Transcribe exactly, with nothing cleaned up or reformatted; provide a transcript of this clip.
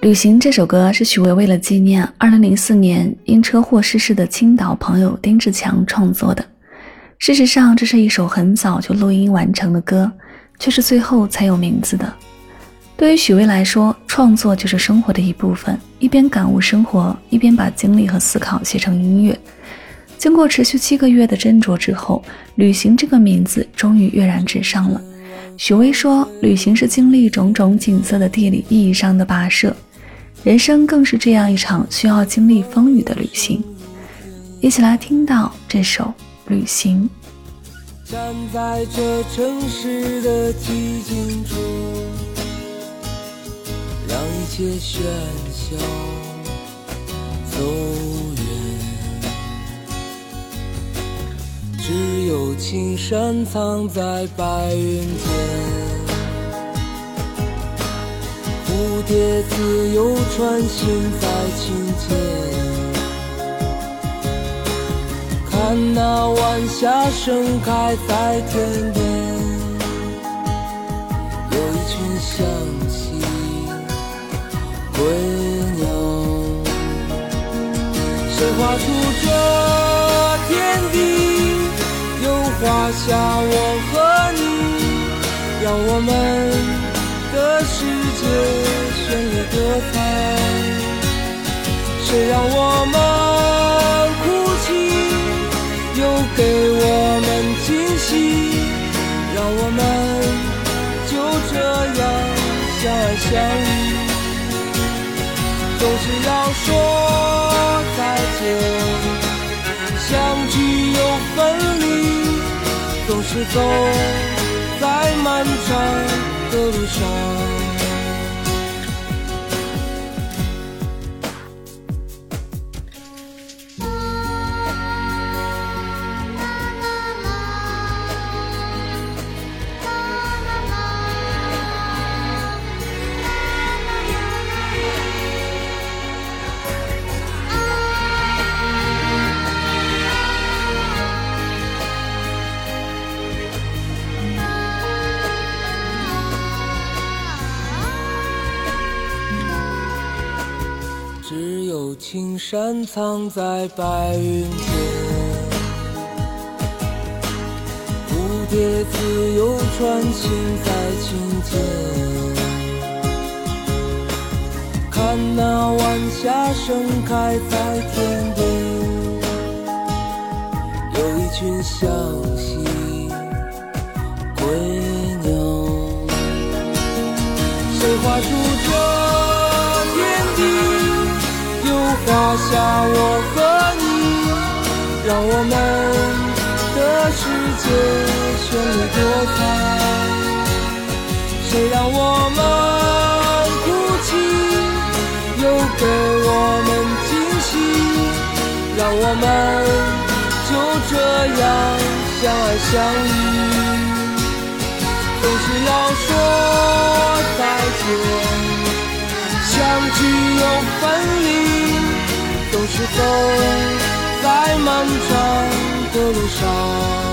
旅行这首歌是许巍为了纪念二零零四年因车祸逝世的青岛朋友丁志强创作的。事实上，这是一首很早就录音完成的歌，却是最后才有名字的。对于许巍来说，创作就是生活的一部分，一边感悟生活，一边把经历和思考写成音乐。经过持续七个月的斟酌之后，旅行这个名字终于跃然纸上了。许巍说，旅行是经历种种景色的地理意义上的跋涉，人生更是这样一场需要经历风雨的旅行。一起来听到这首旅行。 站在这城市的寂静处，让一切喧嚣走远，只有青山藏在白云间，蝴蝶自由穿行在琴间，看那晚霞盛开在天边，有一群向西归鸟，谁画出这天地，又画下我和你，让我们的世界绚丽多彩，谁让我们哭泣，又给我们惊喜，让我们就这样相爱相依。总是要说再见，相聚又分离，总是走在漫长的路上。只有青山藏在白云间，蝴蝶自由穿行在琴间，看那晚霞盛开在天边，有一群向西归鸟，谁画出这天地，画下我和你，让我们的世界绚丽多彩，谁让我们哭泣，又给我们惊喜，让我们就这样相爱相依。总是要说再见，相聚又分离，总是走在漫长的路上。